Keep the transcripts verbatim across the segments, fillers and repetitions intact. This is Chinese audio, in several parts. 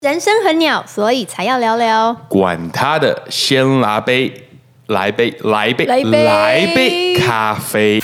人生很鸟，所以才要聊聊。 管他的，先拿杯，来杯，来杯， 来杯来杯咖啡。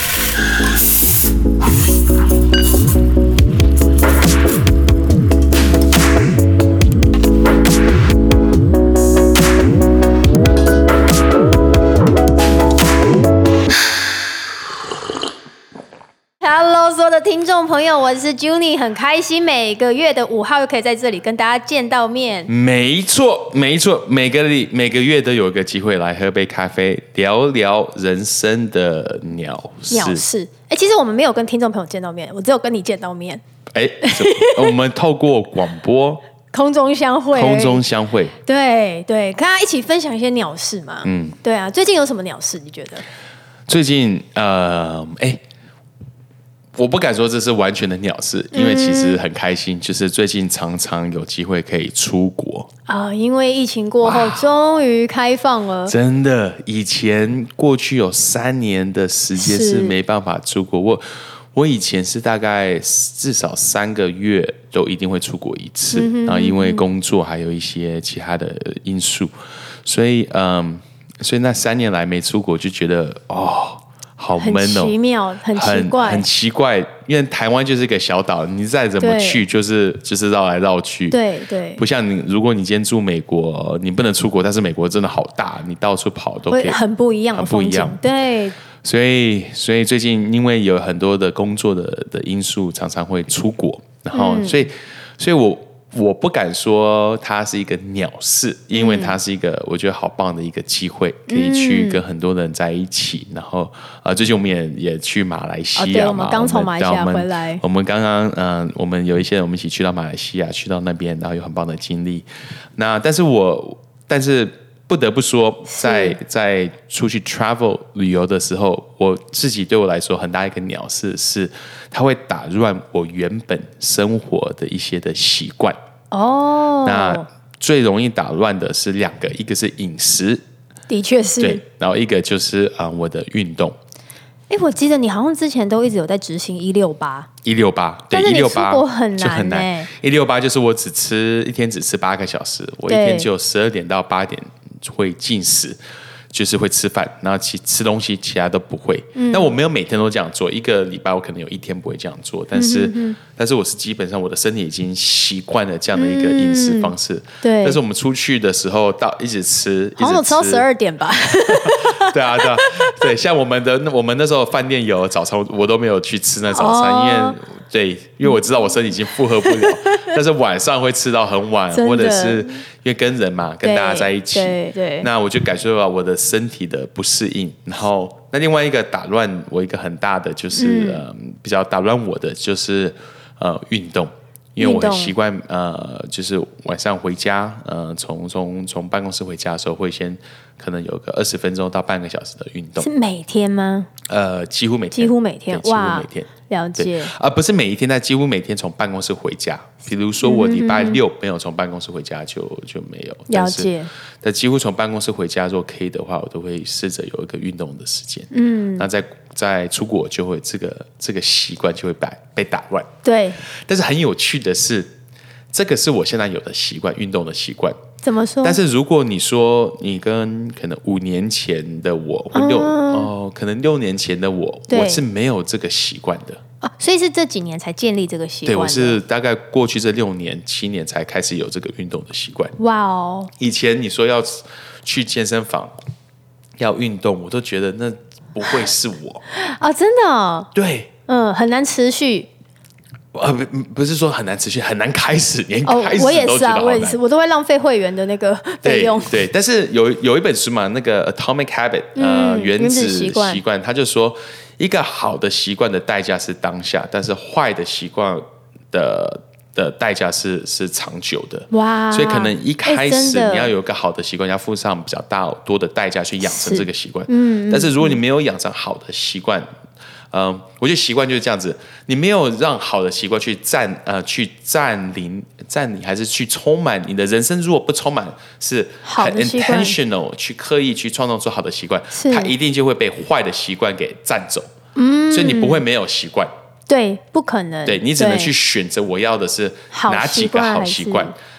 Hello， 所有的听众朋友，我是 Junie， 很开心每个月的五号又可以在这里跟大家见到面。 没错，没错，每个礼每个月都有个机会来喝杯咖啡，聊聊人生的鸟事。 鸟事，哎，其实我们没有跟听众朋友见到面，我只有跟你见到面。 哎，我们透过广播空中相会， 空中相会， 对对，跟大家一起分享一些鸟事嘛。嗯，对啊，最近有什么鸟事？你觉得？ 最近呃，哎。我不敢说这是完全的鸟事，因为其实很开心，就是最近常常有机会可以出国啊，因为疫情过后终于开放了。 真的，以前过去有三年的时间是没办法出国。我我以前是大概至少三个月都一定会出国一次，嗯、然后因为工作还有一些其他的因素，所以嗯，所以那三年来没出国就觉得哦。好闷哦， 很奇妙，很奇怪， 很, 很奇怪，因为台湾就是一个小岛，你再怎么去就是就是绕来绕去， 对对， 不像你，如果你今天住美国，你不能出国，但是美国真的好大，你到处跑都可以， 很不一样的风景，对。 所以，所以最近因为有很多的工作的的因素，常常会出国，然后，嗯、所以，所以我。我不敢说它是一个鸟事，因为它是一个我觉得好棒的一个机会，可以去跟很多人在一起。然后呃，最近我们也也去马来西亚嘛，哦、 对，我们刚从马来西亚回来。 我们刚刚嗯、呃，我们有一些人我们一起去到马来西亚，去到那边，然后有很棒的经历。那但是我但是不得不说，在在出去 travel 旅游的时候，我自己对我来说很大一个鸟事是，它会打乱我原本生活的一些的习惯。哦，那最容易打乱的是两个，一个是饮食， 的确是， 对，然后一个就是啊、呃、我的运动。 哎，我记得你好像之前都一直有在执行一六八， 一六八，对， 但是你出国很难， 就很难。一六八就是我只吃一天只吃八个小时，我一天只有十二点到八点会进食。就是会吃饭，然后其吃东西，其他都不会。嗯、但我没有每天都这样做，一个礼拜我可能有一天不会这样做，但是，嗯、哼哼但是我是基本上我的身体已经习惯了这样的一个饮食方式。嗯、对。但是我们出去的时候，到一直吃， 好像有吃到十二点吧。 对啊，对啊，对，像我们的我们那时候饭店有早餐，我都没有去吃那早餐，哦、因为对，因为我知道我身体已经负荷不了，但是晚上会吃到很晚，或者是因为跟人嘛，跟大家在一起， 对对， 那我就感受到我的身体的不适应。然后，那另外一个打乱我一个很大的就是，嗯、呃，比较打乱我的就是呃运动。因为我很习惯，呃，就是晚上回家，呃，从从从办公室回家的时候，会先可能有个二十分钟到半个小时的运动。 是每天吗？ 呃，几乎每天， 几乎每天， 几乎每天。 了解。 啊、呃，不是每一天，但几乎每天从办公室回家。比如说我礼拜六没有从办公室回家就，就就没有。 了解。 但几乎从办公室回家，如果可以的话，我都会试着有一个运动的时间。嗯。那在在出国就会这个这个习惯就会被被打乱。 对。但是很有趣的是，这个是我现在有的习惯，运动的习惯。 怎么说？ 但是如果你说你跟可能五年前的我，或六、嗯、哦，可能六年前的我，我是没有这个习惯的。 哦，所以是这几年才建立这个习惯。 对，我是大概过去这六年、七年才开始有这个运动的习惯。 哇哦！ 以前你说要去健身房要运动，我都觉得那不会是我哦，真的哦。 对， 嗯，很难持续。 呃，不不是说很难持续，很难开始，连开始都觉得好难。 哦，我也是啊，我也是，我都会浪费会员的那个费用。 对，对，但是有有一本书嘛，那个 Atomic Habit， 呃， 嗯、 原子习惯，他就说，一个好的习惯的代价是当下，但是坏的习惯的的代价是是长久的。哇！所以可能一开始你要有一个好的习惯，要付上比较大多的代价去养成这个习惯。嗯，但是如果你没有养成好的习惯。嗯，我觉得习惯就是这样子，你没有让好的习惯去占呃去占领占领，还是去充满你的人生。如果不充满，是很 intentional 去刻意去创造出好的习惯，它一定就会被坏的习惯给占走。嗯，所以你不会没有习惯。 对，不可能。 对，你只能去选择我要的是哪几个好习惯。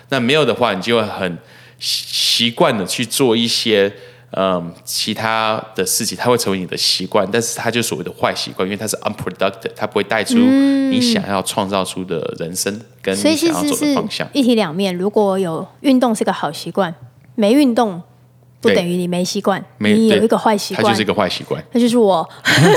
那没有的话，你就会很习惯的去做一些嗯其他的事情，它会成为你的习惯，但是它就所谓的坏习惯，因为它是 unproductive， 它不会带出你想要创造出的人生跟你想要走的方向。 一体两面，如果有运动是个好习惯，没运动不等于你没习惯，你有一个坏习惯， 它就是一个坏习惯， 那就是我。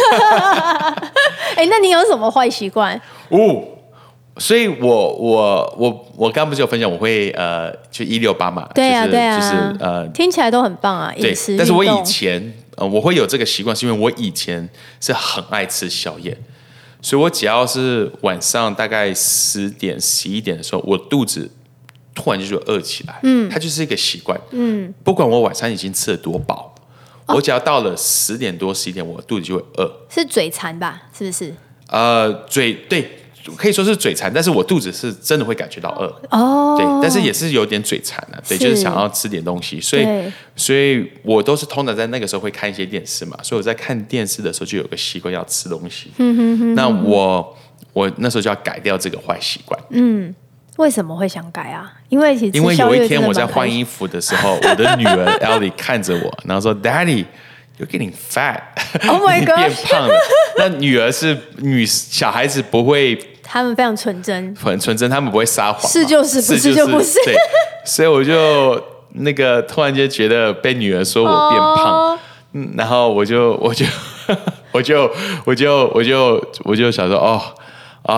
哎、欸，那你有什么坏习惯？ 哦，所以我我我我刚刚不是有分享，我会呃，就一六八嘛， 对啊， 就是、 对啊， 就是呃， 听起来都很棒啊，饮食。 但是我以前呃，我会有这个习惯，是因为我以前是很爱吃宵夜，所以我只要是晚上大概十点十一点的时候，我肚子突然就就饿起来，嗯，它就是一个习惯，嗯，不管我晚上已经吃了多饱。我只要到了十点多、十一点，我肚子就会饿， 是嘴馋吧？是不是？ 呃，嘴对，可以说是嘴馋，但是我肚子是真的会感觉到饿哦。 对，但是也是有点嘴馋啊，对，就是想要吃点东西，所以，所以我都是通常在那个时候会看一些电视嘛，所以我在看电视的时候就有个习惯要吃东西。嗯哼哼。那我我那时候就要改掉这个坏习惯。嗯。 为什么会想改啊？因为其实因为有一天我在换衣服的时候，我的女儿 Ellie 看着我，然后说 ：“Daddy, you're getting fat. Oh my god， 你变胖了。”那女儿是女小孩子，不会， 他们非常纯真， 很纯真，他们不会撒谎， 是就是，不是就不是。 对，所以我就那个突然间觉得被女儿说我变胖， oh. 嗯，然后我就我就我就我就我就我就想说哦。啊、uh, ，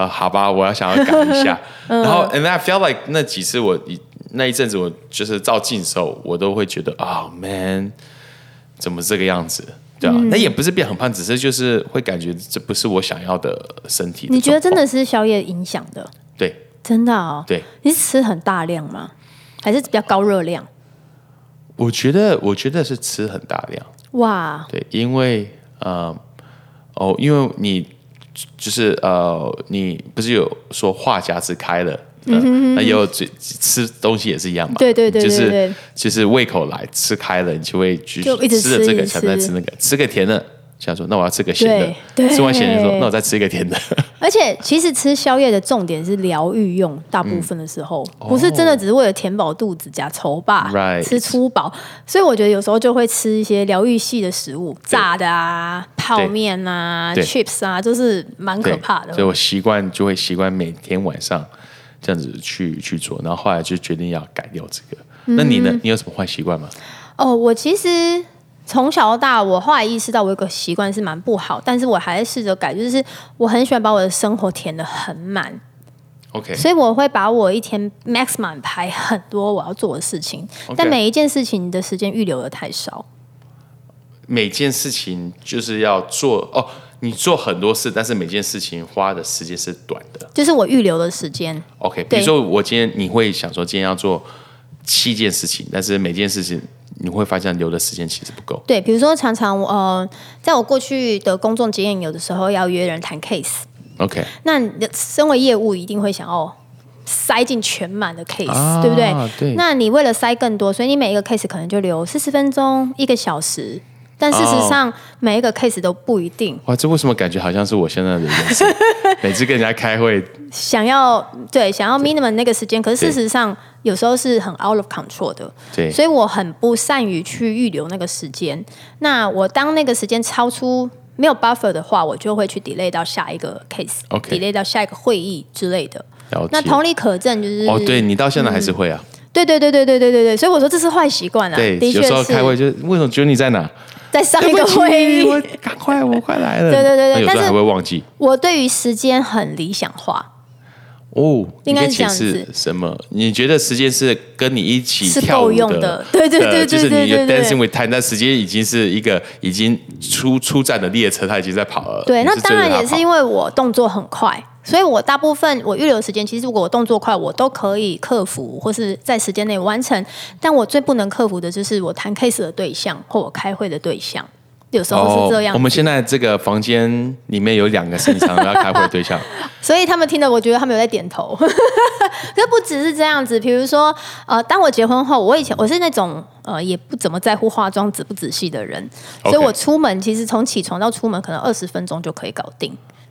好吧，我要想要改一下。然后 ，and I feel like 那几次我那一阵子我就是照镜的时候，我都会觉得啊、oh, ，man， 怎么这个样子？对啊，嗯、那也不是变很胖，只是就是会感觉这不是我想要的身体的。 你觉得真的是宵夜影响的？ 对， 真的哦。 对， 你是吃很大量吗？还是比较高热量？ 我觉得，我觉得是吃很大量。 哇， 对，因为呃，哦，因为你。就是呃，你不是有说话匣子开了，呃、嗯那也有吃东西也是一样嘛。 对对对对对， 就是就是胃口来吃开了，你就会去就一直吃了这个，想再吃那个，吃个甜的，想说那我要吃个咸的，吃完咸的说那我再吃一个甜的。 而且其实吃宵夜的重点是疗愈用，大部分的时候、嗯、不是真的只是为了填饱肚子加稠吧、 right. 吃粗饱，所以我觉得有时候就会吃一些疗愈系的食物，炸的啊、泡面啊、chips 啊，就是蛮可怕的。 所以我习惯就会习惯每天晚上这样子去去做，然后后来就决定要改掉这个。嗯、那你呢？你有什么坏习惯吗？ 哦，我其实。从小到大，我后来意识到我有个习惯是蛮不好，但是我还在试着改，就是我很喜欢把我的生活填得很满。 OK， 所以我会把我一天 maximum 排很多我要做的事情， okay. 但每一件事情的时间预留的太少。 每件事情就是要做哦，你做很多事，但是每件事情花的时间是短的， 就是我预留的时间。 OK， 比如说我今天你会想说今天要做七件事情，但是每件事情。你会发现留的时间其实不够。 对，比如说常常呃，在我过去的工作经验，有的时候要约人谈 case。OK。那身为业务，一定会想要塞进全满的 case，、啊、对不对？ 对。 那你为了塞更多，所以你每一个 case 可能就留四十分钟、一个小时。但事实上，哦、每一个 case 都不一定。 哇，这为什么感觉好像是我现在的人生？每次跟人家开会， 想要对想要 minimum 那个时间，可是事实上有时候是很 out of control 的。 对， 所以我很不善于去预留那个时间。那我当那个时间超出没有 buffer 的话，我就会去 delay 到下一个 case，delay、okay. 到下一个会议之类的。那同理可证，就是哦，对你到现在还是会啊。 嗯、对对对对对对对对，所以我说这是坏习惯啊。 对， 的确是有时候开会就为什么觉得你在哪？ 在上一个会议， 我赶快，我快来了。 对对对对， 有时候还会忘记。 我对于时间很理想化。 哦， 应该是这样子。 什么？你觉得时间是跟你一起是跳舞的？ 够用的，对对对对对对， 就是你的 dancing with time， 但时间已经是一个已经出出站的列车，它已经在跑了。 对，那当然也是因为我动作很快。所以我大部分我预留的时间，其实如果我动作快，我都可以克服，或是在时间内完成。但我最不能克服的就是我谈 case 的对象或我开会的对象，有时候是这样、 哦。我们现在这个房间里面有两个甚至常要开会的对象， 所以他们听了，我觉得他们有在点头。可是不只是这样子，比如说，呃，当我结婚后，我以前我是那种呃也不怎么在乎化妆仔不仔细的人， okay. 所以我出门其实从起床到出门可能二十分钟就可以搞定。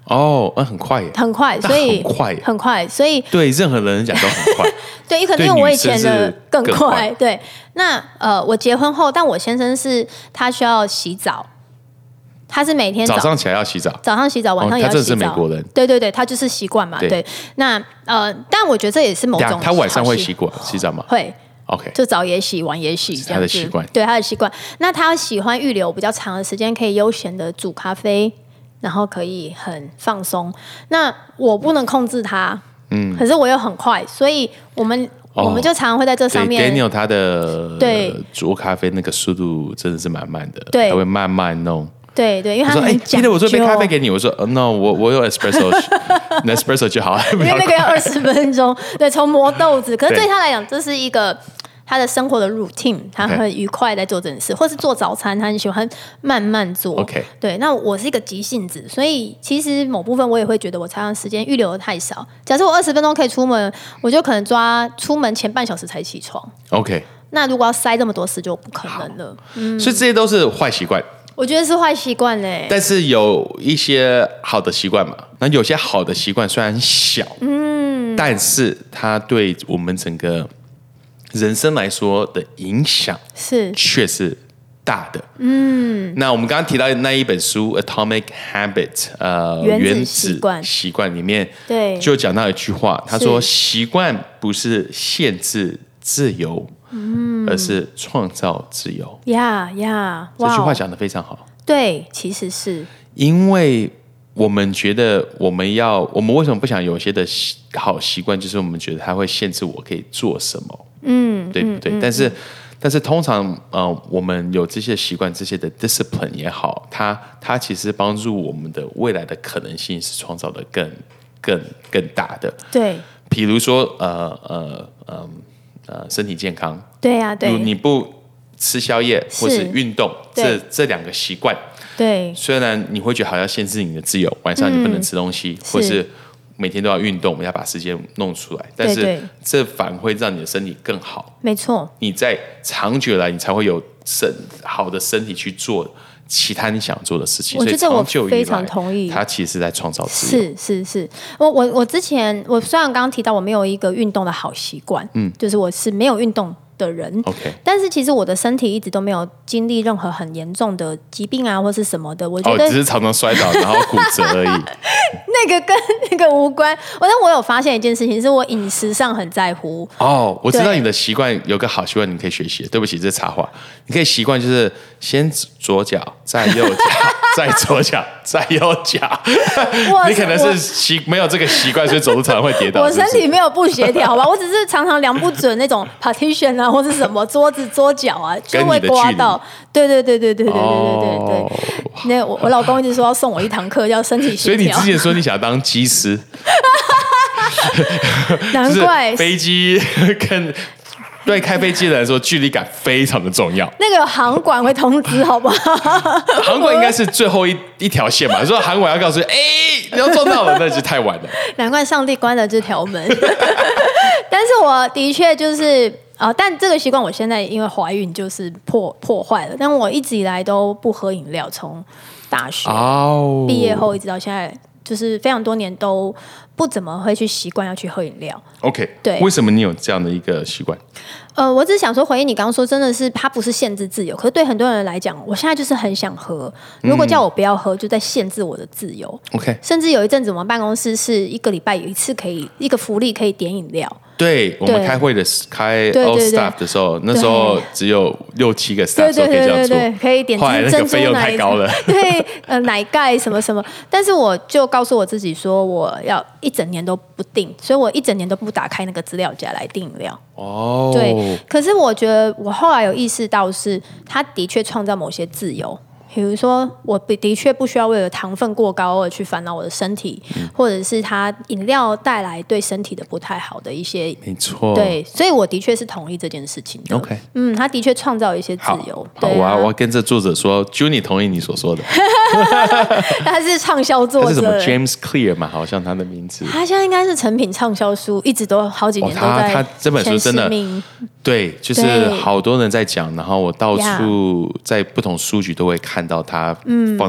哦，那很快耶， 很快，所以很快， 很快，所以对任何人讲都很快。 对，可能因为我以前的更快。 更快对，那呃，我结婚后，但我先生是他需要洗澡，他是每天 早, 早上起来要洗澡， 早上洗澡，晚上也要洗澡。哦、 他真的是美国人。 对对对，他就是习惯嘛。对，对那呃，但我觉得这也是某种。 他晚上会洗过洗澡吗？ 会。 OK， 就早也洗，晚也洗，这样子。 他的习惯， 对他的习惯。那他喜欢预留比较长的时间，可以悠闲的煮咖啡，然后可以很放松。那我不能控制他，嗯，可是我又很快，所以我们、哦、我们就常常会在这上面。 Daniel 他的对煮咖啡那个速度真的是蛮慢的， 对， 他会慢慢弄。 对对，因为他很讲究。 记得我做杯咖啡给你，我说、oh, no， 我我有 espresso，espresso 就好了。 因为那个要二十分钟，对，从磨豆子。可是对他来讲，这是一个他的生活的 routine， 他很愉快在做这件事， okay. 或是做早餐，他很喜欢慢慢做。 OK， 对，那我是一个急性子，所以其实某部分我也会觉得我常常时间预留的太少。假设我二十分钟可以出门，我就可能抓出门前半小时才起床。 OK， 那如果要塞这么多事，就不可能了。 嗯，所以这些都是坏习惯。 我觉得是坏习惯嘞， 但是有一些好的习惯嘛，那有些好的习惯虽然小，嗯，但是它对我们整个人生来说的影响是却是大的。嗯，那我们刚刚提到的那一本书《Atomic Habit》呃，原子习惯里面， 对， 就讲到一句话，他说习惯不是限制自由。嗯，而是创造自由。 呀呀， 这句话讲得非常好。 对，其实是因为我们觉得我们要，我们为什么不想有些的好习惯？就是我们觉得它会限制我可以做什么，嗯，对不对？嗯嗯、但是，但是通常呃，我们有这些习惯，这些的 discipline 也好，它它其实帮助我们的未来的可能性是创造的更更更大的。 对， 比如说呃呃呃。呃，身体健康， 对呀、啊，对， 你不吃宵夜或是运动，这这两个习惯， 对， 虽然你会觉得好像限制你的自由，晚上你不能吃东西，嗯、或是每天都要运动，要把时间弄出来，但是这反而会让你的身体更好。 没错， 你在长久来，你才会有身好的身体去做其他你想做的事情。 我觉得我非常同意， 他其实在创造自由。 是是是，我我我之前我虽然刚刚提到我没有一个运动的好习惯，嗯，就是我是没有运动的人 ，OK， 但是其实我的身体一直都没有经历任何很严重的疾病啊，或是什么的。我觉得、 哦、只是常常摔倒然后骨折而已。 那个跟那个无关。我但我有发现一件事情，是我饮食上很在乎。 哦，我知道你的习惯有个好习惯，你可以学习。对不起，这是插话。你可以习惯就是先左脚，再右脚，再左脚，再右脚。你可能是习没有这个习惯，所以走路常常会跌倒。 我身体没有不协调吧？我只是常常量不准那种 partition 啊，或是什么桌子桌角啊，就会刮到。对对对对对对对对对对。哦、那我我老公一直说要送我一堂课，叫身体协调。 所以你之前说你想当机师， 难怪飞机跟。对开飞机的人来说，距离感非常的重要。 那个航管会通知，好不好？ 航管应该是最后一一条线嘛。说航管要告诉你，哎、欸，你要撞到了，那就太晚了。 难怪上帝关了这条门。但是我的确就是啊，但这个习惯我现在因为怀孕就是破破坏了。但我一直以来都不喝饮料，从大学哦毕业后一直到现在，就是非常多年都不怎么会去习惯要去喝饮料。 OK， 对， 为什么你有这样的一个习惯？ 呃，我只是想说，回应你刚刚说，真的是它不是限制自由，可是对很多人来讲，我现在就是很想喝。如果叫我不要喝，就在限制我的自由。 OK， 甚至有一阵子，我们办公室是一个礼拜有一次可以一个福利可以点饮料。 对，我们开会的开 all staff 的时候，那时候只有六七个 staff 可以这样做， 可以点后来那个费用太高了， 对，呃，奶盖什么什么。但是我就告诉我自己说，我要一整年都不订，所以我一整年都不打开那个资料夹来订饮料。 哦， 对。可是我觉得我后来有意识到，是它的确创造某些自由。比如说，我的确不需要为了糖分过高而去烦恼我的身体，嗯、或者是它饮料带来对身体的不太好的一些， 没错， 对，所以我的确是同意这件事情的。 OK， 嗯，他的确创造一些自由。 好，好对啊、 我要我要跟这作者说 ，Junie 同意你所说的。 他是畅销作者， 他是什么 James Clear 嘛？好像他的名字。 他现在应该是成品畅销书，一直都好几年都在、哦、 他他这本书真的对，就是好多人在讲，然后我到处在不同书局都会看到他放在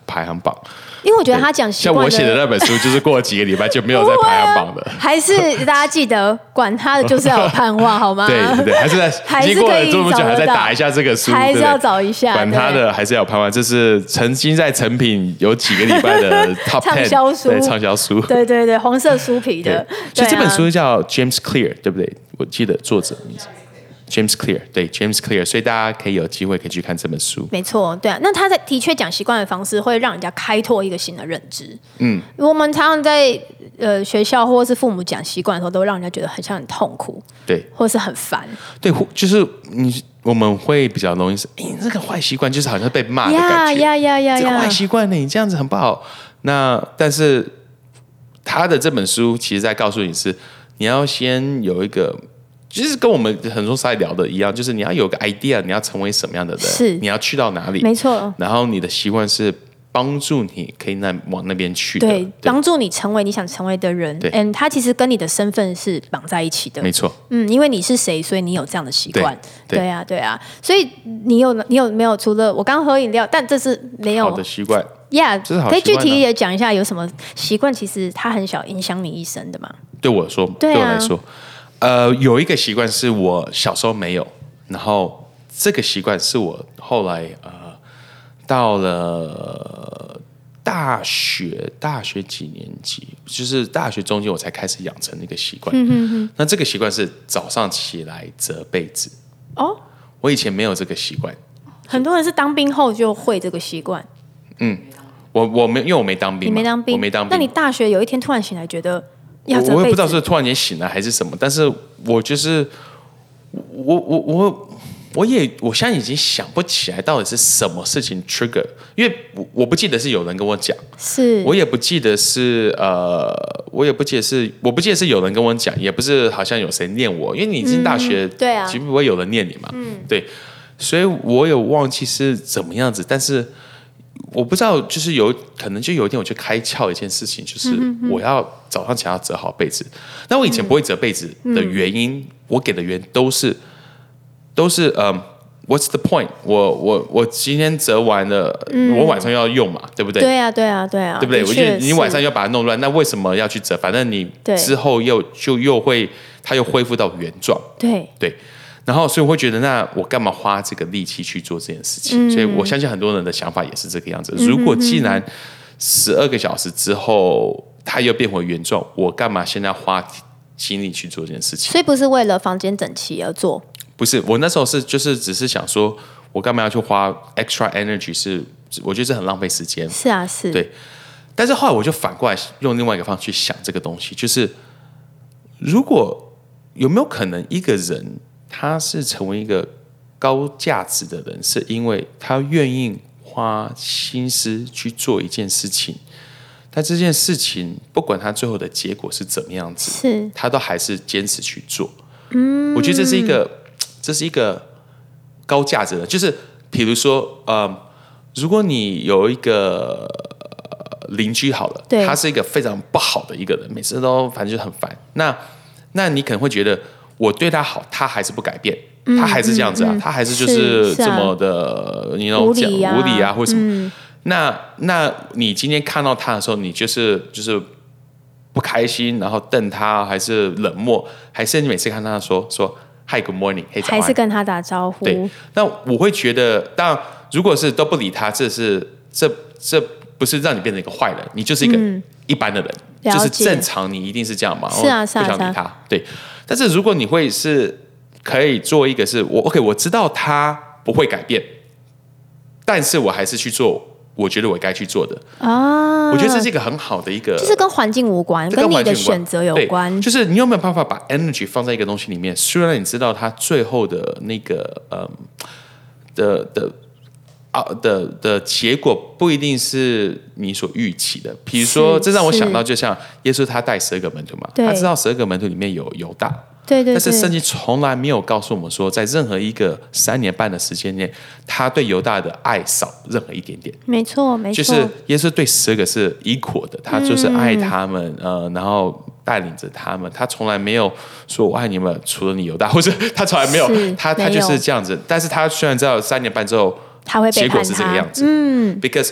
排行榜。 因为我觉得他讲习惯， 像我写的那本书，就是过了几个礼拜就没有在排行榜了。 还是大家记得，管他的就是要有汉化，好吗？ 对对对，还是在还是经过了这么久，还在打一下这个书， 还是要找一下。 管他的，还是要有排行。这是曾经在成品有几个礼拜的 top ten 畅销书， 对畅销书， 对对对，黄色书皮的。 所以这本书叫 James Clear， 对不对？我记得作者名字。James Clear， 对 James Clear， 所以大家可以有机会可以去看这本书。 没错，对啊，那他在的确讲习惯的方式会让人家开拓一个新的认知。嗯，我们常常在呃学校或是父母讲习惯的时候，都让人家觉得很像很痛苦， 对， 或是很烦。 对，就是你我们会比较容易是，哎，这个坏习惯就是好像被骂的感觉， 呀呀呀呀， 这个坏习惯呢，你这样子很不好。那但是他的这本书其实在告诉你是，你要先有一个。其实跟我们很多在聊的一样，就是你要有个 idea， 你要成为什么样的人， 是你要去到哪里， 没错。 然后你的习惯是帮助你可以那往那边去的， 对，对帮助你成为你想成为的人。 对， 嗯，它其实跟你的身份是绑在一起的， 没错。 嗯，因为你是谁，所以你有这样的习惯。 对， 对啊，对啊。所以你有你有没有除了我刚喝饮料，但这是没有好的习惯。 Yeah， 这是好习惯啊。 可以具体也讲一下有什么习惯，其实它很小影响你一生的嘛？ 对我说， 对啊， 对我来说。呃，有一个习惯是我小时候没有，然后这个习惯是我后来呃到了大学，大学几年级，就是大学中间我才开始养成那个习惯。嗯哼哼，那这个习惯是早上起来折被子。哦，我以前没有这个习惯， 很多人是当兵后就会这个习惯。 嗯，我我没因为我没当兵， 你没当兵， 我没当兵。 那你大学有一天突然醒来，觉得。 我我也不知道是突然间醒了还是什么，但是我就是我我我我也我现在已经想不起来到底是什么事情 trigger， 因为我我不记得是有人跟我讲， 是我也不记得是呃，我也不记得是我不记得是有人跟我讲，也不是好像有谁念我，因为你进大学， 嗯、对啊， 其实不会有人念你嘛，嗯，对，所以我有忘记是怎么样子，但是。我不知道，就是有可能就有一天我就开窍一件事情，就是我要早上起来要折好被子。那我以前不会折被子的原因，嗯、我给的原因都是都是嗯、um, ，What's the point？ 我我我今天折完了，嗯、我晚上要用嘛，对不对？ 对啊，对啊，对啊， 对不对？我觉得你晚上要把它弄乱，那为什么要去折？反正你之后又就又会它又恢复到原状。 对对。然后，所以我会觉得，那我干嘛花这个力气去做这件事情？嗯、所以我相信很多人的想法也是这个样子。如果既然十二个小时之后它又变回原状，我干嘛现在花精力去做这件事情？ 所以不是为了房间整齐而做？ 不是，我那时候是就是只是想说，我干嘛要去花 extra energy？ 是我觉得这很浪费时间。 是啊，是。 对。但是后来我就反过来用另外一个方式去想这个东西，就是如果有没有可能一个人？他是成为一个高价值的人，是因为他愿意花心思去做一件事情，但这件事情不管他最后的结果是怎么样子， 是他都还是坚持去做。嗯，我觉得这是一个，这是一个高价值的，就是比如说，呃，如果你有一个邻居好了，他是一个非常不好的一个人，每次都反正就很烦，那那你可能会觉得。我对他好，他还是不改变，嗯、他还是这样子啊，嗯嗯、他还是就是这么的，你 know 无理啊， 无理啊，或什么。嗯、那那你今天看到他的时候，你就是就是不开心，然后瞪他，还是冷漠，还是你每次看他说说 Hi Good Morning， 嘿早安， 还是跟他打招呼？ 对，那我会觉得，当然如果是都不理他，这是这这不是让你变成一个坏人，你就是一个一般的人，嗯、就是正常，你一定是这样嘛， 是啊，是啊， 不想理他，对。但是如果你会是可以做一个是我 OK， 我知道他不会改变，但是我还是去做我觉得我该去做的啊。我觉得这是一个很好的一个， 就是跟环境无关，跟你的选择有关。 就是你有没有办法把 energy 放在一个东西里面？虽然你知道它最后的那个嗯的的啊的的结果不一定是你所预期的。比如说，这让我想到，就像耶稣他带十二个门徒嘛，他知道十二个门徒里面有犹大。 对对对， 但是圣经从来没有告诉我们说，在任何一个三年半的时间内，他对犹大的爱少任何一点点。 没错，没错， 就是耶稣对十个是equal的，他就是爱他们，嗯、呃，然后带领着他们，他从来没有说我爱你们，除了你犹大，或者他从来没有，他他就是这样子。但是他虽然知道三年半之后， 他会背叛他， 结果是这个样子， 嗯 ，because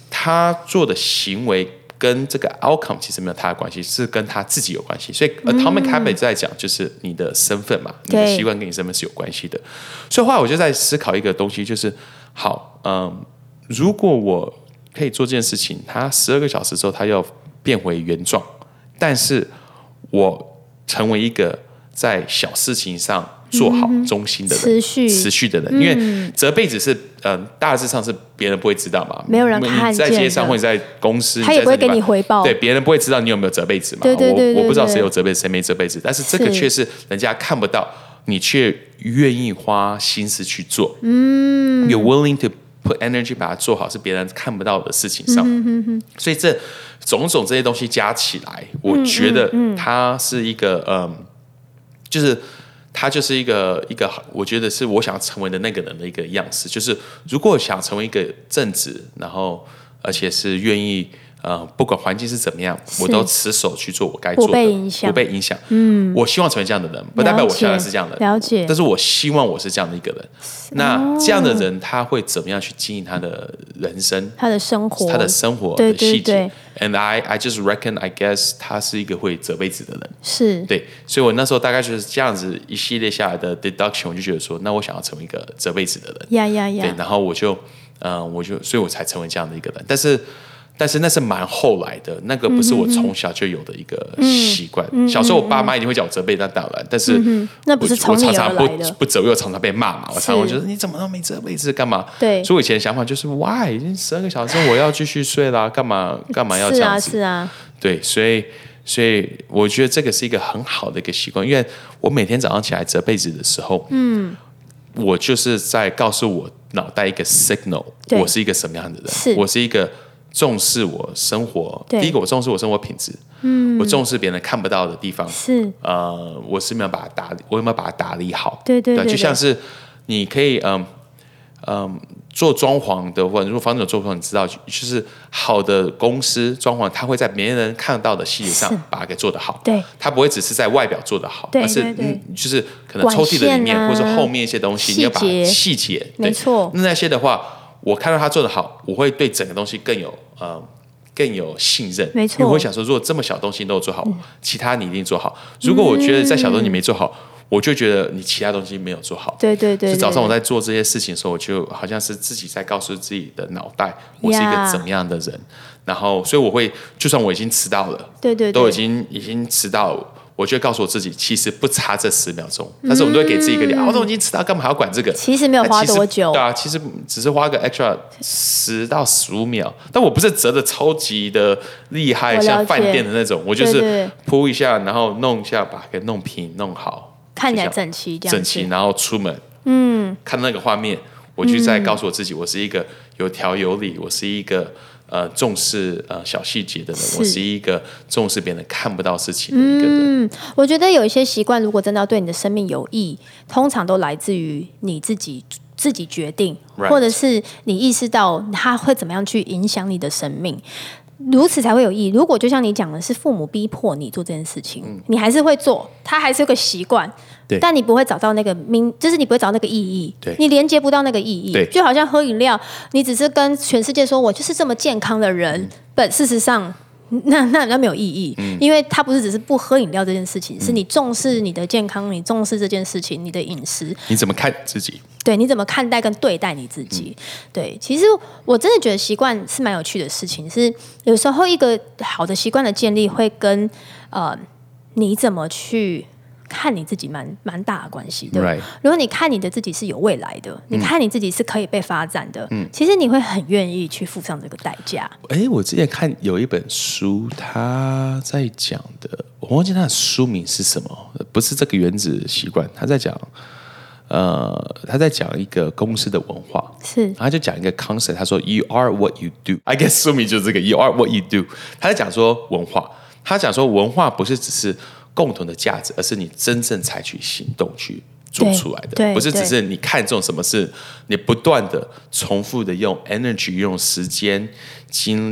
他做的行为跟这个 outcome 其实没有太大关系，是跟他自己有关系。所以 Atomic Habit 在讲就是你的身份嘛，你的习惯跟你身份是有关系的。所以后来我就在思考一个东西，就是好，嗯，如果我可以做这件事情，他十二个小时之后他要变回原状，但是我成为一个在小事情上做好中心的人， 持续持续的人，因为责备只是嗯、呃，大致上是别人不会知道嘛， 没有人看见的， 你在街上或者在公司， 他也不会给你回报， 对，别人不会知道你有没有责备值嘛。 对对对对对， 我我不知道谁有责备谁没责备值，但是这个却是人家看不到，你却愿意花心思去做。嗯 ，You're willing to put energy 把它做好，是别人看不到的事情上。嗯哼哼，所以这种种这些东西加起来，我觉得它是一个嗯，嗯，就是它就是一个一个，我觉得是我想成为的那个人的一个样式。就是如果想成为一个正直，然后而且是愿意。呃，不管环境是怎么样，我都持守去做我该做的， 不被影响， 不被影响。嗯，我希望成为这样的人，不代表我现在是这样的人， 了解。 但是我希望我是这样的一个人。那这样的人，他会怎么样去经营他的人生、 他的生活、 他的生活的细节 ？And I, I just reckon, I guess， 他是一个会折被子的人。 是， 对，所以我那时候大概就是这样子一系列下来的 deduction， 我就觉得说，那我想要成为一个折被子的人。 呀呀呀！ 对，然后我就，嗯、呃，我就，所以我才成为这样的一个人。但是。但是那是蛮后来的，那个不是我从小就有的一个习惯。嗯嗯、小时候我爸妈一定会叫我责备，那当然，但是、 嗯、那不是从你而来的。 我常常不不责备，我常常被骂嘛。我常常觉得你怎么都没责备，是干嘛？ 对。 所以我以前的想法就是 ，Why？ 已经十二个小时，我要继续睡啦，干嘛干嘛要这样子？ 是啊，是啊。 对，所以所以我觉得这个是一个很好的一个习惯，因为我每天早上起来折被子的时候，嗯，我就是在告诉我脑袋一个 signal， 我是一个什么样的人， 是我是一个。重视我生活，第一个我重视我生活品质，嗯，我重视别人看不到的地方， 是呃，我是没有把它打理，我有没有把它打理好？ 对对 对, 对， 就像是你可以，嗯嗯，做装潢的话，如果房子有做装潢，你知道，就是好的公司装潢，它会在没人看到的细节上把它给做得好， 对， 它不会只是在外表做得好， 对而是嗯，就是可能抽屉的里面、啊、或者后面一些东西，你要把细节， 没错， 那那些的话。我看到他做得好，我会对整个东西更有呃更有信任， 没错。 因为我会想说，如果这么小的东西都有做好，嗯、其他你一定做好。如果我觉得在小东西没做好，嗯、我就觉得你其他东西没有做好。 对对 对, 对。 所以早上我在做这些事情的时候，我就好像是自己在告诉自己的脑袋，我是一个怎么样的人。Yeah. 然后，所以我会，就算我已经迟到了， 对对对， 都已经已经迟到了。我就会告诉我自己，其实不差这十秒钟，但是我们都会给自己一个点，嗯、啊，我都已经迟到，干嘛还要管这个？ 其实没有花多久， 对啊，其实只是花个 extra 十到十五秒，但我不是折的超级的厉害，像饭店的那种，我就是铺一下，然后弄一下，把它给弄平、弄好， 看起来整齐， 整齐，然后出门，嗯，看那个画面，我就在告诉我自己，我是一个有条有理，我是一个。呃，重视呃小细节的人，我是一个重视别人看不到事情的一个人。 嗯，我觉得有一些习惯，如果真的要对你的生命有益，通常都来自于你自己自己决定， right. 或者是你意识到它会怎么样去影响你的生命。如此才会有意义。如果就像你讲的是父母逼迫你做这件事情，嗯、你还是会做，它还是有个习惯，但你不会找到那个明，就是你不会找到那个意义，你连接不到那个意义。就好像喝饮料，你只是跟全世界说我就是这么健康的人，但、嗯、事实上那那那没有意义、嗯，因为它不是只是不喝饮料这件事情，嗯、是你重视你的健康，你重视这件事情，你的饮食， 你怎么看自己？ 对，你怎么看待跟对待你自己、嗯、对，其实我真的觉得习惯是蛮有趣的事情，是有时候一个好的习惯的建立会跟呃你怎么去看你自己蛮蛮大的关系的、right. 如果你看你的自己是有未来的、嗯、你看你自己是可以被发展的、嗯、其实你会很愿意去付上这个代价。 哎，我之前看有一本书，他在讲的，我忘记他的书名是什么，不是这个原子习惯，他在讲呃，他在讲一个公司的文化， 是， 他就讲一个 concept， 他说 You are what you do。 I guess 书名就是这个 You are what you do。 他在讲说文化，他讲说文化不是只是共同的价值，而是你真正采取行动去做出来的，不是只是你看中什么事，你不断的重复的用 energy、用时间、精力、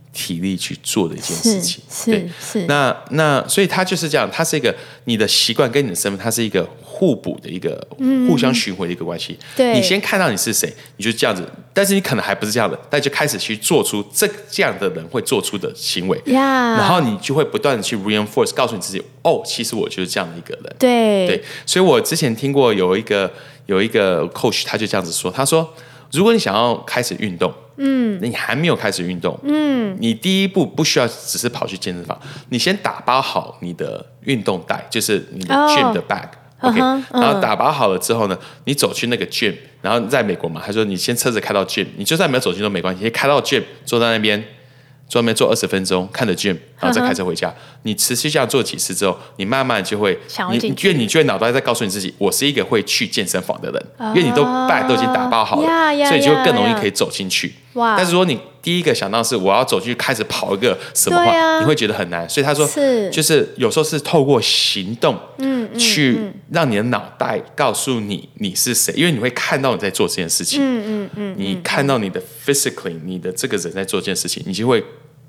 体力去做的一件事情。 是对， 是。 那那所以它就是这样，它是一个你的习惯跟你的身份，它是一个互补的一个互相循环的一个关系。 对， 你先看到你是谁，你就这样子，但是你可能还不是这样的，但就开始去做出这这样的人会做出的行为， yeah. 然后你就会不断的去 reinforce， 告诉你自己，哦，其实我就是这样的一个人。 对对，所以我之前听过有一个有一个 coach， 他就这样子说，他说，如果你想要开始运动，嗯，你还没有开始运动，嗯，你第一步不需要只是跑去健身房，你先打包好你的运动袋，就是你的 gym 的 bag。OK，、uh-huh, 然后打包好了之后呢，你走去那个 gym， 然后在美国嘛，他说你先车子开到 gym， 你就算没有走进都没关系，先开到 gym， 坐在那边，坐在那边坐二十分钟，看着 gym， 然后再开车回家。Uh-huh. 你持续这样做几次之后，你慢慢就会，你因为你就会脑袋在告诉你自己，我是一个会去健身房的人， uh-huh. 因为你都 bag 都已经打包好了， yeah, yeah, 所以你就会更容易 yeah, 可以走进去。 Wow. 但是如果你第一个想到是我要走去开始跑一个什么话，啊、你会觉得很难。所以他说， 是就是有时候是透过行动，嗯，去让你的脑袋告诉你你是谁，因为你会看到你在做这件事情，嗯嗯嗯，你看到你的 physically， 你的这个人在做这件事情，你就会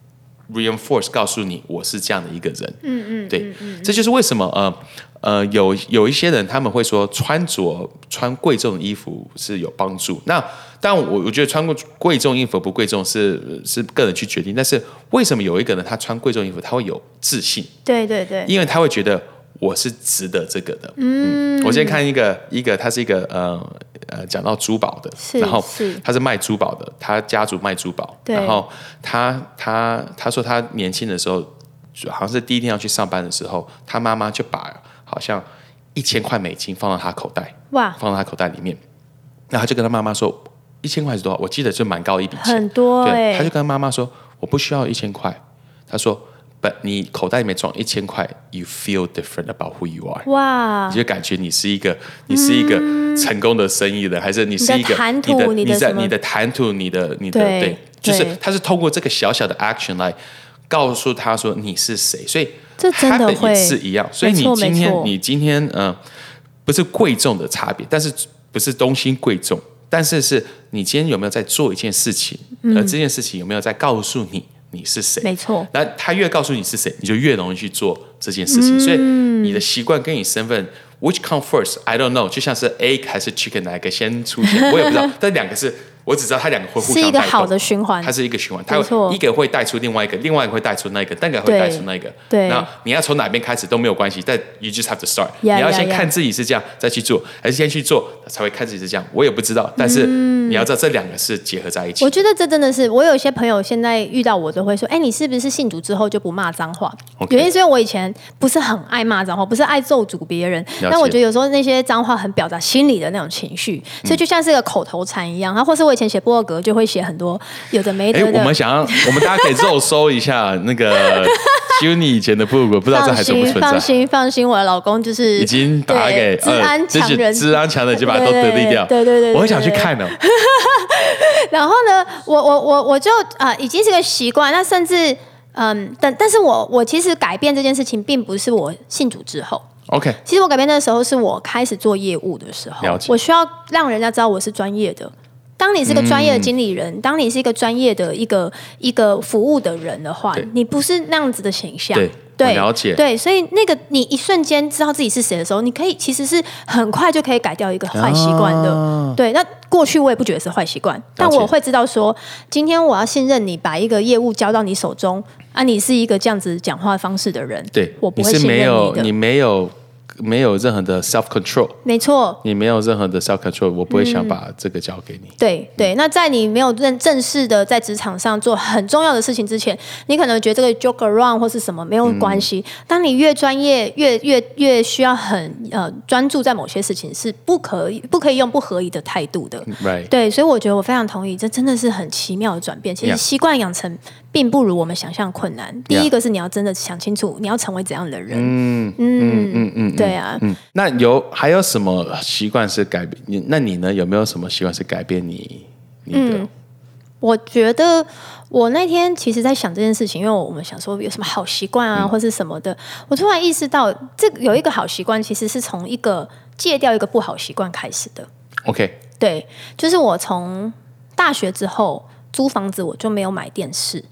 reinforce 告诉你我是这样的一个人，嗯嗯，对，嗯、这就是为什么呃呃有有一些人他们会说穿着穿贵重的衣服是有帮助，那。但我我觉得穿过贵重衣服不贵重是是个人去决定，但是为什么有一个人他穿贵重衣服他会有自信？ 对对对， 因为他会觉得我是值得这个的。嗯，嗯我今天看一个一个，他是一个呃呃讲到珠宝的，然后他是卖珠宝的，他家族卖珠宝，然后他他他说他年轻的时候，好像是第一天要去上班的时候，他妈妈就把好像一千块美金放到他口袋，哇，放到他口袋里面，然后他就跟他妈妈说。一千块是多少？我记得就蛮高的一笔钱， 很多哎、欸。 他就跟妈妈说：“我不需要一千块。”他说：“不，你口袋里面装一千块 ，you feel different about who you are。”哇，你就感觉你是一个，你是一个成功的生意人，嗯、还是你是一个谈吐， 你的你的谈吐，你的你的 对, 对，就是他是通过这个小小的 action 来告诉他说你是谁，所以这真的会也是一样。所以你今天你今天嗯、呃，不是贵重的差别，但是不是东西贵重。但是是你今天有没有在做一件事情，嗯、而这件事情有没有在告诉你你是谁？ 没错。 那他越告诉你是谁，你就越容易去做这件事情。嗯、所以你的习惯跟你身份 ，which come first? I don't know， 就像是 egg 还是 chicken 哪一个先出现，我也不知道。但两个是。我只知道它两个会互相带动， 是一个好的循环， 它是一个循环，它一个会带出另外一个，另外一个会带出那个，那个会带出那个。对，那你要从哪边开始都没有关系，但 you just have to start。Yeah, 你要先看自己是这样， yeah, 再去做，还是先去做才会看自己是这样？我也不知道，但是你要知道这两个是结合在一起。 我觉得这真的是，我有些朋友现在遇到我都会说：“哎，你是不是信主之后就不骂脏话？” Okay. 原因是因为我以前不是很爱骂脏话，不是爱咒诅别人，但我觉得有时候那些脏话很表达心里的那种情绪，所以就像是一个口头禅一样。然后或是我以前写部落格就会。会写很多有的没的的。 我们想要，我们大家可以肉搜一下那个 Junie 以前的部落格，不知道这还存不存在？ 放心，放心，我的老公就是已经打给治安强人， 治安强人就把它都得力掉。 对对 对, 对, 对, 对, 对， 我很想去看哦。 然后呢，我我我我就啊、呃，已经是个习惯。那甚至嗯，但但是我我其实改变这件事情，并不是我信主之后。 OK， 其实我改变的时候，是我开始做业务的时候，我需要让人家知道我是专业的。当你是个专业的经理人，嗯、当你是一个专业的一个一个服务的人的话，你不是那样子的形象。 对， 对， 了解。 对，所以那个你一瞬间知道自己是谁的时候，你可以其实是很快就可以改掉一个坏习惯的。啊、对，那过去我也不觉得是坏习惯，但我会知道说，今天我要信任你，把一个业务交到你手中啊，你是一个这样子讲话方式的人， 对， 我不会信任你的， 你没有。没有任何的 self control， 没错， 你没有任何的 self control， 我不会想把这个交给你。 嗯、对对，那在你没有正正式的在职场上做很重要的事情之前，你可能觉得这个 joke around 或是什么没有关系。嗯、当你越专业，越越越需要很呃专注在某些事情，是不可以不可以用不合宜的态度的。 Right. 对，所以我觉得我非常同意，这真的是很奇妙的转变。其实习惯养成并不如我们想象困难。Yeah. 第一个是你要真的想清楚，你要成为怎样的人。嗯嗯嗯嗯，对啊。 嗯，那有还有什么习惯是改变你？那你呢？有没有什么习惯是改变你你的？ 嗯，我觉得我那天其实在想这件事情，因为我们想说有什么好习惯啊，嗯、或是什么的。我突然意识到，这有一个好习惯，其实是从一个戒掉一个不好习惯开始的。 OK， 对，就是我从大学之后租房子，我就没有买电视。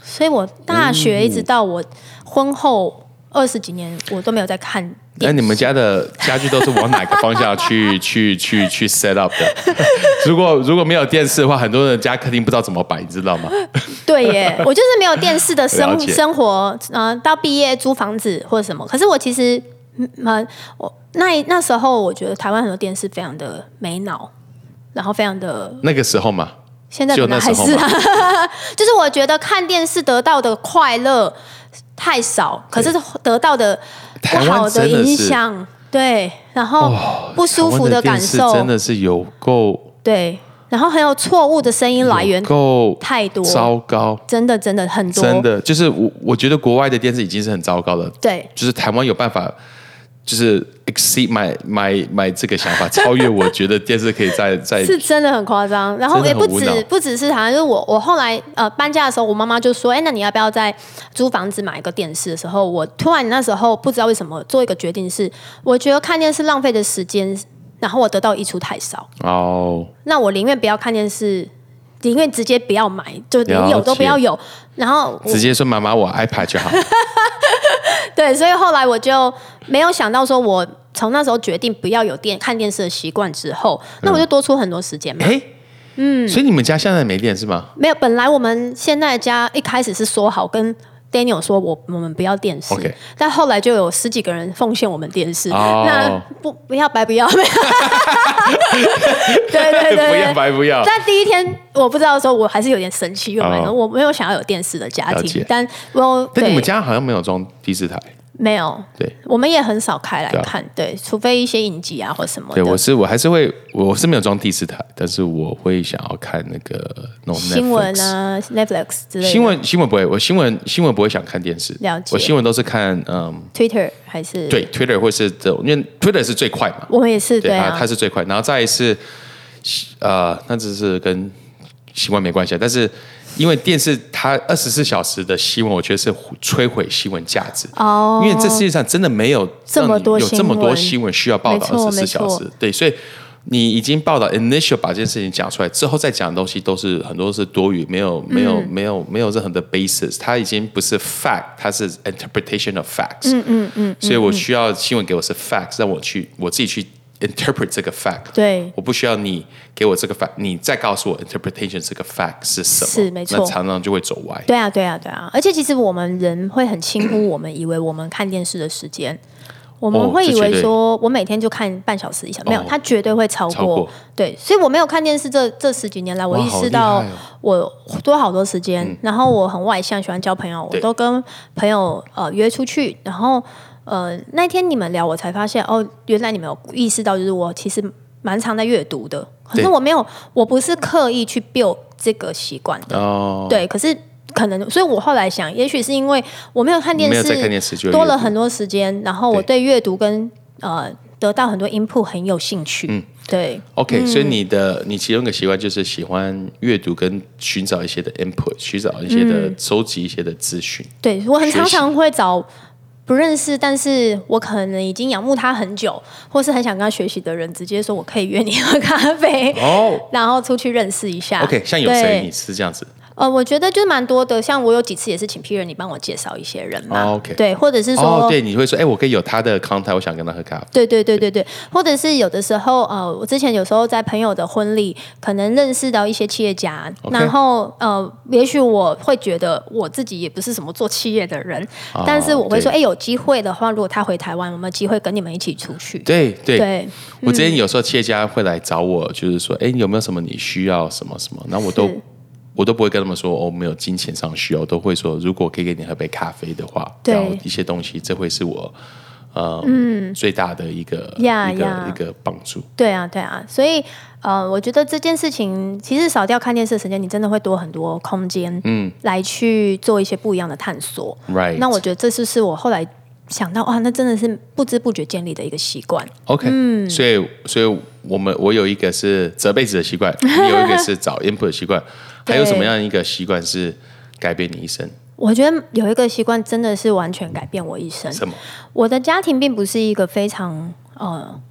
所以我大学一直到我婚后二十几年，我都没有在看电视。 那你们家的家具都是往哪个方向去去去去 set up 的？如果如果没有电视的话，很多人家客厅不知道怎么摆，你知道吗？ 对耶，我就是没有电视的生生活，呃，到毕业租房子或者什么。可是我其实，嗯，我那那时候我觉得台湾很多电视非常的没脑，然后非常的那个时候嘛。 现在可能还是、啊，就是我觉得看电视得到的快乐太少，可是得到的不好的影响，对，然后不舒服的感受， 真的是有够对，然后很有错误的声音来源， 够太多， 糟糕， 真的真的很多， 真的就是我我觉得国外的电视已经是很糟糕了， 对， 就是台湾有办法。就是 exceed my my my 这个想法，超越我觉得电视可以再再是真的很夸张。然后也不止不只是好像就是我我后来呃搬家的时候，我妈妈就说：“哎，那你要不要在租房子买一个电视？”的时候，我突然那时候不知道为什么做一个决定是，我觉得看电视浪费的时间，然后我得到益处太少。哦，那我宁愿不要看电视。宁愿直接不要买，就连有都不要有，然后直接说妈妈我 iPad 就好。 对，所以后来我就没有想到说，我从那时候决定不要有电看电视的习惯之后，那我就多出很多时间嘛。 哎、嗯，所以你们家现在没电是吗？ 没有，本来我们现在的家一开始是说好跟Daniel 说我我们不要电视， okay. 但后来就有十几个人奉献我们电视， oh. 那不不要白不要，对对对， 不要白不要。 但第一天我不知道的时候，我还是有点生气，因为、oh. 我没有想要有电视的家庭，但我但你们家好像没有装第四台。 没有， 对， 我们也很少开来看，对，对，除非一些影集啊或什么的。 对，我是我还是会，我是没有装第四台，但是我会想要看那个那种新闻啊 ，Netflix 之类的。 新闻新闻不会，我新闻新闻不会想看电视， 了解。 我新闻都是看嗯 Twitter 还是对 Twitter 或是这种，因为 Twitter 是最快嘛， 我们也是对啊，它是最快，然后再一次呃，那只是跟新闻没关系，但是。因为电视它二十四小时的新闻，我觉得是摧毁新闻价值。哦，因为这世界上真的没有这么多有这么多新闻需要报道二十四小时。对，所以你已经报道 initial 把这件事情讲出来之后，再讲的东西都是很多都是多余，没有没有、嗯、没有没有任何的 basis， 它已经不是 fact， 它是 interpretation of facts。嗯嗯嗯，所以我需要新闻给我是 facts， 让我去我自己去。interpret 这个 fact， 对， 我不需要你给我这个 fact， 你再告诉我 interpretation 这个 fact 是什么， 是没错， 那常常就会走歪。 对啊，对啊，对啊，而且其实我们人会很轻忽我们以为我们看电视的时间，我们会以为说我每天就看半小时以上，哦、没有，它绝对会超过。超过对，所以我没有看电视这这十几年来，我意识到我多好多时间，嗯、然后我很外向，喜欢交朋友，我都跟朋友呃约出去，然后。呃，那天你们聊，我才发现哦，原来你们有意识到，就是我其实蛮常在阅读的，可是我没有，我不是刻意去 build 这个习惯的，哦，对，可是可能，所以我后来想，也许是因为我没有看电视， 看电视多了很多时间，然后我对阅读跟呃得到很多 input 很有兴趣，嗯，对 ，OK，、嗯、所以你的你其中一个习惯就是喜欢阅读跟寻找一些的 input， 寻找一些的收集、嗯、一些的资讯， 对我很常常会找。不认识，但是我可能已经仰慕他很久，或是很想跟他学习的人，直接说我可以约你喝咖啡，哦，然后出去认识一下。 OK， 像有谁你是这样子？ 呃，我觉得就是蛮多的，像我有几次也是请 Peter 你帮我介绍一些人嘛， 哦、OK， 对，或者是说， 哦，对，你会说，哎，我可以有他的 contact， 我想跟他喝咖啡。 对对对对对，或者是有的时候，呃，我之前有时候在朋友的婚礼，可能认识到一些企业家， okay. 然后呃，也许我会觉得我自己也不是什么做企业的人，哦、但是我会说，哎，有机会的话，如果他回台湾，有没有机会跟你们一起出去？ 对对对， 我之前有时候企业家会来找我，就是说，哎，有没有什么你需要什么什么，然后我都。我都不会跟他们说哦，没有金钱上需要，我都会说，如果可以给你喝杯咖啡的话，然后一些东西，这会是我呃、嗯、最大的一个、yeah, 一个、yeah. 一个帮助。 对啊，对啊，所以呃，我觉得这件事情其实少掉看电视的时间，你真的会多很多空间，嗯，来去做一些不一样的探索。 Right， 那我觉得这就是我后来想到啊，那真的是不知不觉建立的一个习惯。 OK，嗯，所以所以我们我有一个是折被子的习惯，你有一个是找 input 的习惯。还有什么样一个习惯是改变你一生？ 我觉得有一个习惯真的是完全改变我一生。 什么？ 我的家庭并不是一个非常呃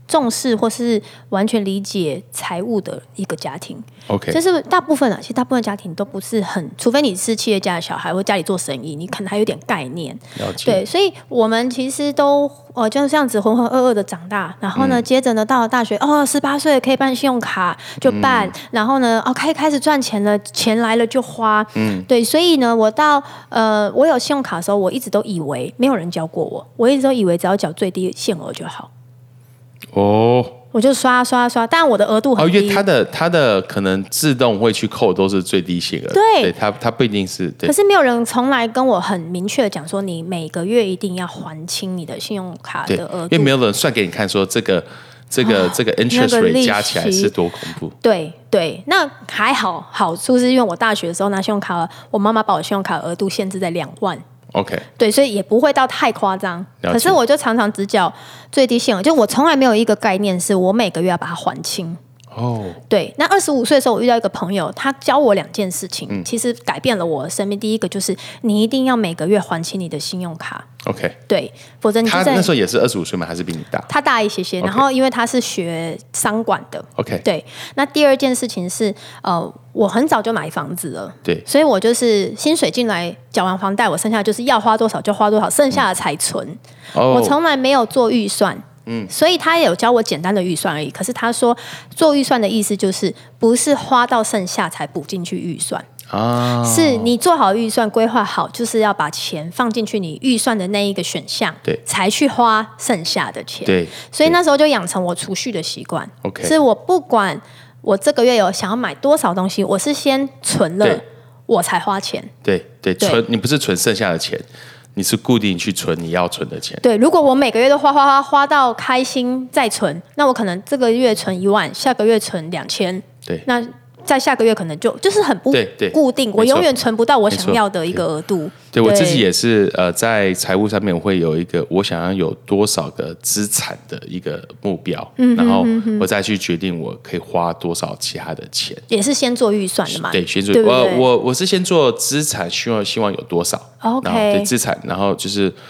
重视或是完全理解财务的一个家庭。 OK， 就是大部分啊，其实大部分家庭都不是很，除非你是企业家的小孩或家里做生意，你可能还有点概念。 了解。 对，所以我们其实都呃就这样子浑浑噩噩的长大，然后呢，嗯、接着呢到了大学，哦，十八岁可以办信用卡就办，嗯、然后呢，哦开开始赚钱了，钱来了就花。嗯，对，所以呢，我到呃我有信用卡的时候，我一直都以为没有人教过我，我一直都以为只要缴最低限额就好。哦。我就刷刷刷，但我的额度很低， 哦，因为它的它的可能自动会去扣都是最低限额， 对， 对它它不一定是， 可是没有人从来跟我很明确的讲说，你每个月一定要还清你的信用卡的额度， 因为没有人算给你看说这个这个、啊、这个 interest rate 加起来是多恐怖。 对对，那还好，好处是因为我大学的时候拿信用卡，我妈妈把我信用卡额度限制在两万。 OK， 对，所以也不会到太夸张。可是我就常常只缴最低限额，就我从来没有一个概念是我每个月要把它还清。哦，对。那二十五岁的时候，我遇到一个朋友，他教我两件事情，嗯、其实改变了我的生命。第一个就是你一定要每个月还清你的信用卡。 OK， 对，否则你就在他那时候也是二十五岁吗？还是比你大？ 他大一些些。Okay. 然后因为他是学商管的。 OK， 对。那第二件事情是，呃，我很早就买房子了， 对， 所以我就是薪水进来，缴完房贷，我剩下就是要花多少就花多少，剩下的才存。嗯、我从来没有做预算。嗯，所以他也有教我简单的预算而已。可是他说，做预算的意思就是不是花到剩下才补进去预算。啊，是你做好预算规划好，就是要把钱放进去你预算的那一个选项， 对， 才去花剩下的钱。 对， 所以那时候就养成我储蓄的习惯。 OK， 是我不管我这个月有想要买多少东西，我是先存了，我才花钱。 对对，存你不是存剩下的钱，你是固定去存你要存的钱。 对，如果我每个月都花花花花到开心再存，那我可能这个月存一万，下个月存两千。 对， 那在下个月可能就就是很不固定，我永远存不到我想要的一个额度。 对，对我自己也是，呃，在财务上面我会有一个我想要有多少个资产的一个目标，嗯、然后我再去决定我可以花多少其他的钱。 也是先做预算的嘛？ 对，先做。我我我是先做资产，希望希望有多少 ？OK， 然后对资产，然后就是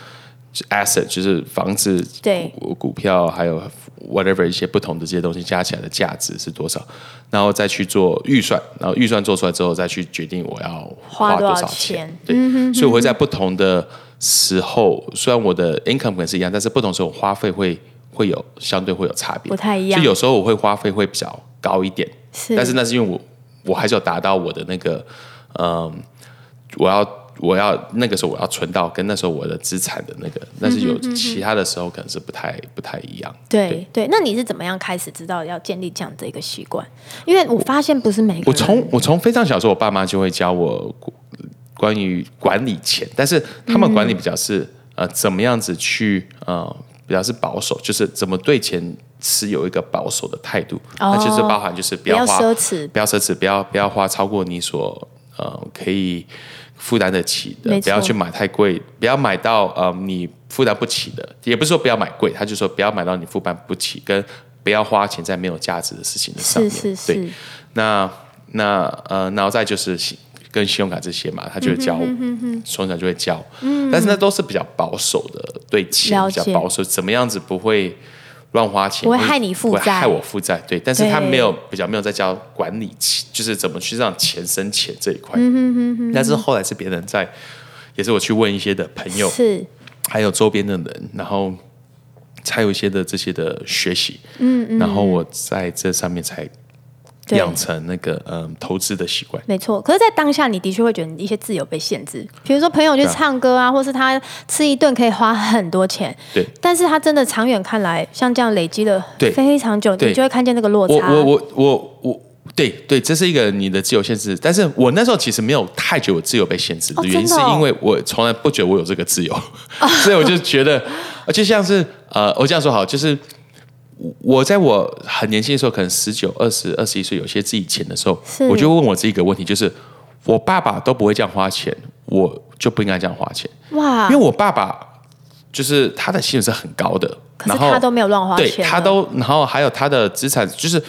asset， 就是房子、 对股股票还有 whatever 一些不同的这些东西加起来的价值是多少，然后再去做预算，然后预算做出来之后再去决定我要花多少钱。对、嗯，所以我会在不同的时候，虽然我的 income 可能是一样，但是不同时候花费会会有相对会有差别， 不太一样。 所以有时候我会花费会比较高一点， 是， 但是那是因为我我还是要达到我的那个嗯，我要。我要那个时候我要存到跟那时候我的资产的那个，但是有其他的时候可能是不太不太一样。 对 对, 对，那你是怎么样开始知道要建立这样的一个习惯？因为我发现不是每个人。 我从我从非常小的时候，我爸妈就会教我关于管理钱，但是他们管理比较是、嗯、呃怎么样子去呃比较是保守，就是怎么对钱持有一个保守的态度。哦、那就是包含就是不要花不要奢侈， 不要奢侈，不要不要花超过你所呃可以。负担得起的，不要去买太贵，不要买到呃你负担不起的，也不是说不要买贵，他就说不要买到你负担不起，跟不要花钱在没有价值的事情的上面。 是是是。 对，那那呃，然后再就是跟信用卡这些嘛，他就会教，从小就会教、嗯，但是那都是比较保守的，对钱比较保守，怎么样子不会乱花钱， 不会害你负债， 不会害我负债。对，但是他没有比较没有在教管理，就是怎么去让钱生钱这一块。嗯、哼哼哼但是后来是别人在，也是我去问一些的朋友， 是还有周边的人，然后才有一些的这些的学习。嗯嗯，然后我在这上面才养成那个嗯投资的习惯。 没错，可是，在当下你的确会觉得一些自由被限制，比如说朋友去唱歌啊，或是他吃一顿可以花很多钱， 对， 但是他真的长远看来，像这样累积了非常久，你就会看见那个落差。 我我我我我，对对，这是一个你的自由限制，但是我那时候其实没有太觉得我自由被限制的原因，是因为我从来不觉得我有这个自由，哦、所以我就觉得，就像是呃，我这样说好，就是。我在我很年轻的时候，可能十九、二十、二十一岁，有些自己钱的时候，我就问我自己一个问题，就是我爸爸都不会这样花钱，我就不应该这样花钱。哇！因为我爸爸就是他的薪水是很高的， 可是他都没有乱花钱， 对，他都，然后还有他的资产，就是他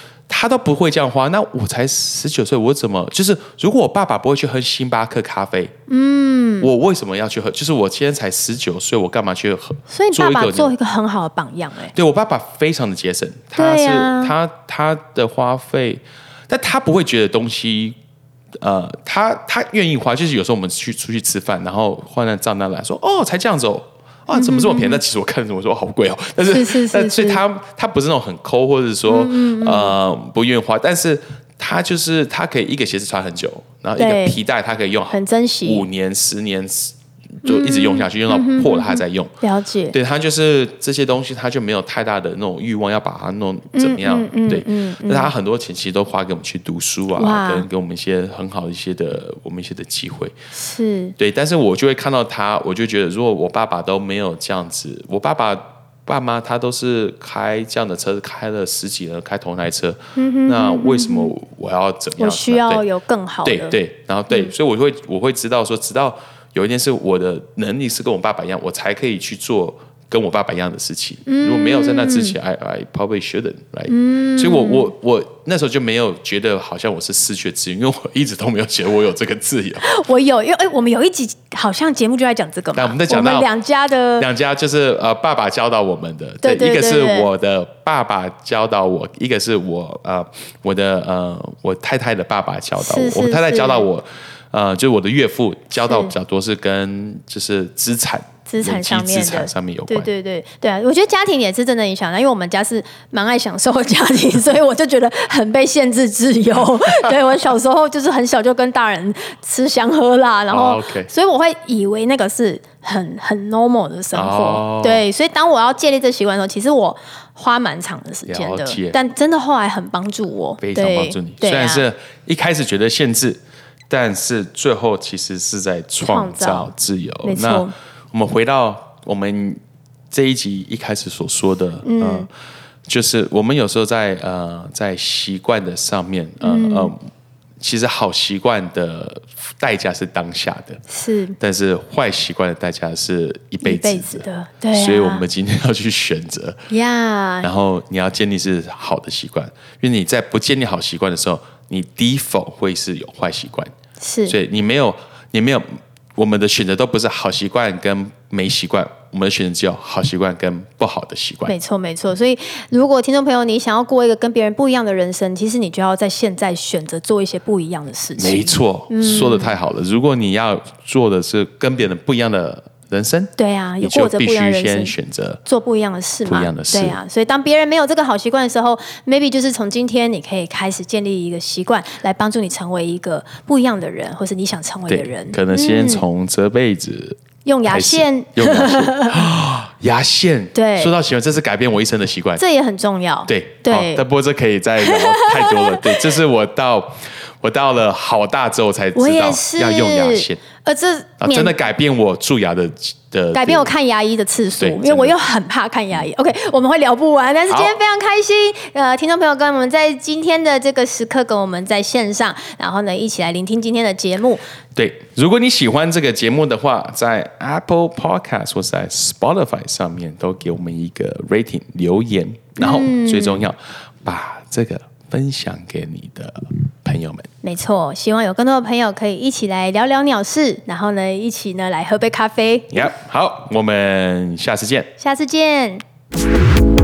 他都不会这样花，那我才十九岁，我怎么就是如果我爸爸不会去喝星巴克咖啡，嗯，我为什么要去喝？就是我今天才十九岁，我干嘛去喝？ 所以你爸爸做一个很好的榜样，哎， 对我爸爸非常的节省，他是、啊、他他的花费，但他不会觉得东西。呃，他他愿意花，就是有时候我们去出去吃饭，然后换了账单来说，哦，才这样子哦，啊，怎么这么便宜？那、嗯、其实我看着我说好贵哦，但是是是是但所以他他不是那种很抠，或者是说、嗯嗯、呃不愿意花，但是他就是他可以一个鞋子穿很久，然后一个皮带他可以用很珍惜五年十年。就一直用下去，嗯、用到破了他再用。 了解， 对他就是这些东西，他就没有太大的那种欲望要把它弄怎么样。嗯嗯嗯、对，嗯嗯、他很多钱其实都花给我们去读书啊，跟给我们一些很好的一些的我们一些的机会。 是， 对，但是我就会看到他，我就觉得如果我爸爸都没有这样子，我爸爸爸妈他都是开这样的车，开了十几年，开同一台车，嗯、那为什么我要怎么样？ 我需要有更好的。 对对，然后对，嗯、所以我会我会知道说，直到。有一件事，我的能力是跟我爸爸一样，我才可以去做跟我爸爸一样的事情。嗯、如果没有在那之前 ，I I probably shouldn't， right？、嗯、所以我我我那时候就没有觉得好像我是失去自由，因为我一直都没有觉得我有这个自由。 我有，因为哎，我们有一集好像节目就在讲这个嘛。 但我们在讲到两家的两家就是呃，爸爸教导我们的， 对对对对， 一个是我的爸爸教导我，一个是我呃我的呃我太太的爸爸教导我， 是是是我太太教导我。呃，就是我的岳父教导比较多是跟就是资产、 资产上面的资产上面有关。 对对对对啊，我觉得家庭也是真的影响的，因为我们家是蛮爱享受的家庭，所以我就觉得很被限制自由。对，我小时候就是很小就跟大人吃香喝辣，然后、 oh, okay. 所以我会以为那个是很很 normal 的生活。 Oh. 对，所以当我要建立这习惯的时候，其实我花蛮长的时间的，但真的后来很帮助我， 非常帮助你。虽然是一开始觉得限制。但是最后其实是在创造自由。那我们回到我们这一集一开始所说的，嗯、呃，就是我们有时候在呃在习惯的上面，呃、嗯、呃，其实好习惯的代价是当下的， 是， 但是坏习惯的代价是一辈子的， 一辈子的，对、啊。 所以我们今天要去选择呀， yeah. 然后你要建立是好的习惯，因为你在不建立好习惯的时候。你 default 会是有坏习惯， 是， 所以你没有，你没有，我们的选择都不是好习惯跟没习惯，我们的选择只有好习惯跟不好的习惯。 没错，没错。所以，如果听众朋友你想要过一个跟别人不一样的人生，其实你就要在现在选择做一些不一样的事情。 没错，嗯、说得太好了。如果你要做的是跟别人不一样的人生， 对啊，有过着不一样的人生， 你就必须先选择做不一样的事嘛， 不一样的事， 对啊。所以当别人没有这个好习惯的时候 ，maybe 就是从今天你可以开始建立一个习惯，来帮助你成为一个不一样的人，或是你想成为的人。 可能先从折被子、嗯、 用牙线， 用牙线，牙线。 对， 说到习惯，这是改变我一生的习惯， 这也很重要。 对对， 但不过这可以再聊太多了。对，这是我到我到了好大之后才知道要用牙线。 呃，这、 啊、真的改变我蛀牙的的， 改变我看牙医的次数，因为我又很怕看牙医。OK， 我们会聊不完，但是今天非常开心。呃，听众朋友跟我们在今天的这个时刻跟我们在线上，然后呢一起来聆听今天的节目。 对，如果你喜欢这个节目的话，在 Apple Podcast 或是在 Spotify 上面都给我们一个 rating 留言，然后最重要、嗯、把这个分享给你的朋友们。 没错，希望有更多的朋友可以一起来聊聊鸟事，然后呢一起呢来喝杯咖啡。 Yep， 好，我们下次见。 下次见。